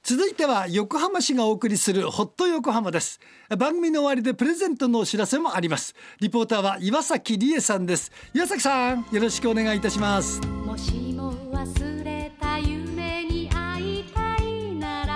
続いては横浜市がお送りするホット横浜です。番組の終わりでプレゼントのお知らせもあります。リポーターは岩崎理恵さんです。岩崎さん、よろしくお願いいたします。 もしも忘れた夢に会いたいな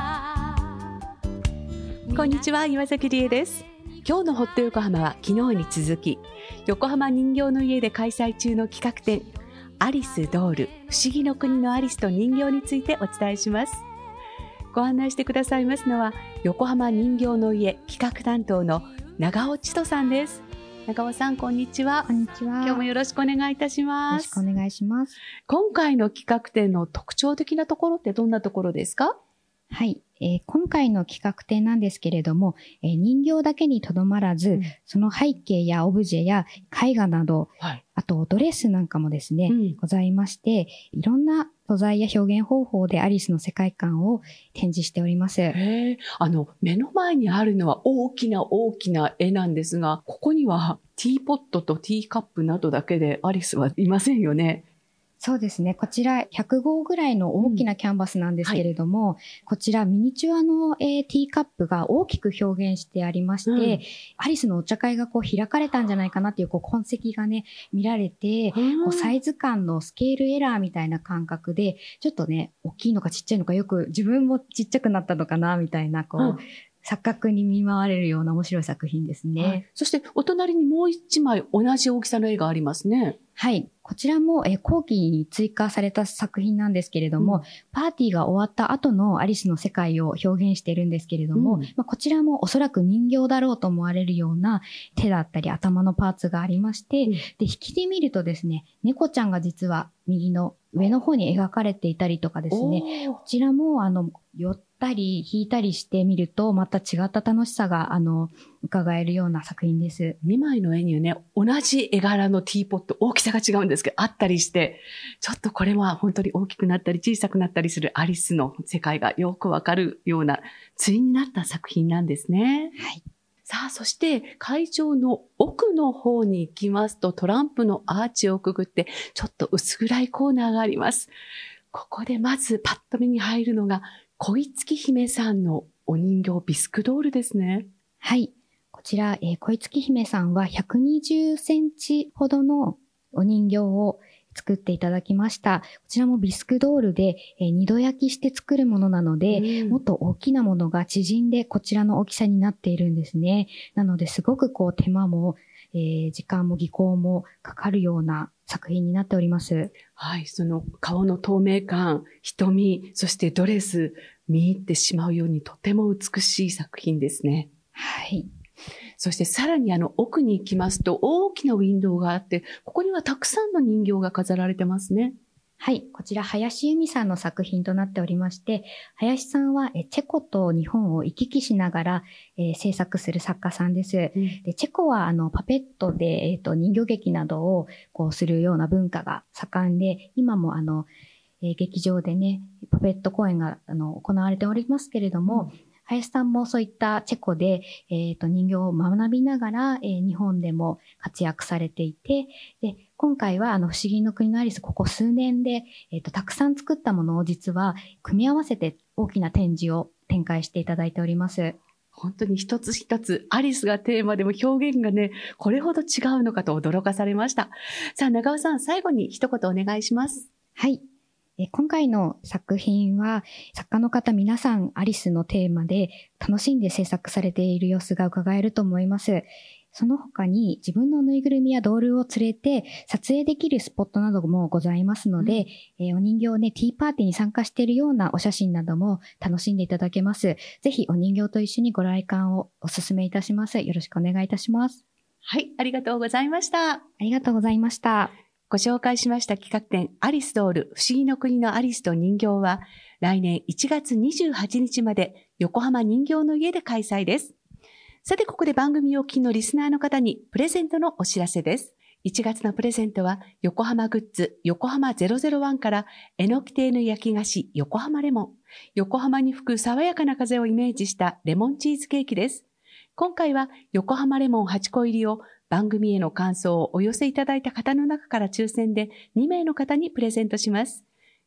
ら。 こんにちは、岩崎理恵です。今日のホット横浜は昨日に続き、横浜人形の家で開催中の企画展、アリス・ドール不思議の国のアリスと人形についてお伝えします。ご案内してくださいますのは、横浜人形の家企画担当の長尾千斗さんです。長尾さん、こんにちは。 こんにちは。 今日もよろしくお願いいたします。 よろしくお願いします。 今回の企画展の特徴的なところってどんなところですか？ はい、今回の企画展なんですけれども、人形だけにとどまらず、その背景やオブジェや絵画など、あとドレスなんかもですね、ございまして、いろんな素材や表現方法でアリスの世界観を展示しております。 目の前にあるのは大きな絵なんですが、ここにはティーポットとティーカップなどだけでアリスはいませんよね。 そうですね。こちら100号ぐらいの大きなキャンバスなんですけれども、こちらミニチュアの、ティーカップが大きく表現してありまして、アリスのお茶会が開かれたんじゃないかなっていう痕跡がね、見られて、サイズ感のスケールエラーみたいな感覚で、ちょっとね、大きいのかちっちゃいのかよく自分もちっちゃくなったのかなみたいな、錯覚に見舞われるような面白い作品ですね。 そしてお隣にもう一枚同じ大きさの絵がありますね。 はい。こちらも後期に追加された作品なんですけれども、パーティーが終わった後のアリスの世界を表現しているんですけれども、こちらもおそらく人形だろうと思われるような手だったり頭のパーツがありまして、で、引きで見るとですね、猫ちゃんが実は右の上の方に描かれていたりとかですね、こちらも寄ったり引いたりしてみるとまた違った楽しさが伺えるような作品です。 2枚の絵にはね、同じ絵柄のティーポット、大きさが違うんですけど、あったりして、ちょっとこれは本当に大きくなったり小さくなったりするアリスの世界がよくわかるような対になった作品なんですね。 はい。 さあ、そして会場の奥の方に行きますと、トランプのアーチをくぐってちょっと薄暗いコーナーがあります。ここでまずパッと目に入るのが恋月姫さんのお人形ビスクドールですね。 はい。こちら、恋月姫さんは120センチほどのお人形を作っていただきました。こちらもビスクドールで二度焼きして作るものなので、もっと大きなものが縮んでこちらの大きさになっているんですね。なのですごく手間も、時間も技巧もかかるような作品になっております。 はい、その顔の透明感、瞳、そしてドレス、見入ってしまうようにとても美しい作品ですね。 はい。 そしてさらに奥に行きますと大きなウィンドウがあって、ここにはたくさんの人形が飾られてますね。 はい。こちら、林由美さんの作品となっておりまして、林さんはチェコと日本を行き来しながら、制作する作家さんです。で、チェコはパペットで、人形劇などをするような文化が盛んで、今も劇場でね、パペット公演が行われておりますけれども、林さんもそういったチェコで、人形を学びながら、日本でも活躍されていて、で、今回は不思議の国のアリス、ここ数年で、たくさん作ったものを実は組み合わせて大きな展示を展開していただいております。 本当に一つ一つアリスがテーマでも表現がね、これほど違うのかと驚かされました。さあ、長尾さん、最後に一言お願いします。 はい。今回の作品は作家の方皆さんアリスのテーマで楽しんで制作されている様子が伺えると思います。その他に自分のぬいぐるみやドールを連れて撮影できるスポットなどもございますので、お人形をね、ティーパーティーに参加しているようなお写真なども楽しんでいただけます。ぜひお人形と一緒にご来館をお勧めいたします。よろしくお願いいたします。 はい、ありがとうございました。 ありがとうございました。 ご紹介しました企画展アリスドール不思議の国のアリスと人形は来年1月28日まで横浜人形の家で開催です。さてここで番組をお聞きのリスナーの方にプレゼントのお知らせです。1月のプレゼントは横浜グッズ横浜001からえのき亭の焼き菓子横浜レモン、横浜に吹く爽やかな風をイメージしたレモンチーズケーキです。今回は横浜レモン8個入りを番組への感想をお寄せいただいた方の中から抽選で2名の方にプレゼントします。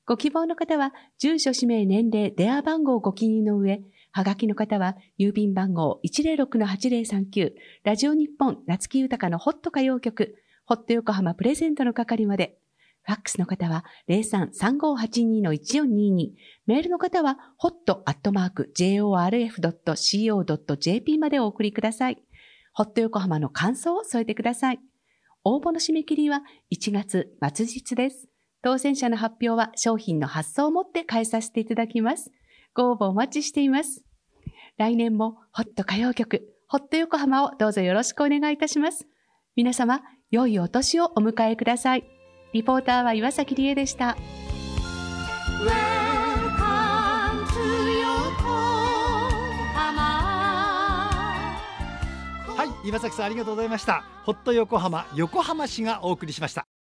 ご希望の方は、住所、氏名、年齢、電話番号をご記入の上、はがきの方は、郵便番号 106-8039、ラジオ日本夏木豊のホット歌謡曲、ホット横浜プレゼントの係まで、ファックスの方は 03-3582-1422、メールの方は hot@jorf.co.jp までお送りください。ホット横浜の感想を添えてください。応募の締め切りは1月末日です。当選者の発表は商品の発送をもって返させていただきます。ご応募お待ちしています。来年もホット歌謡曲、ホット横浜をどうぞよろしくお願いいたします。皆様、良いお年をお迎えください。リポーターは岩崎理恵でした。 Welcome to 横浜。 はい、岩崎さんありがとうございました。ホット横浜、横浜市がお送りしました。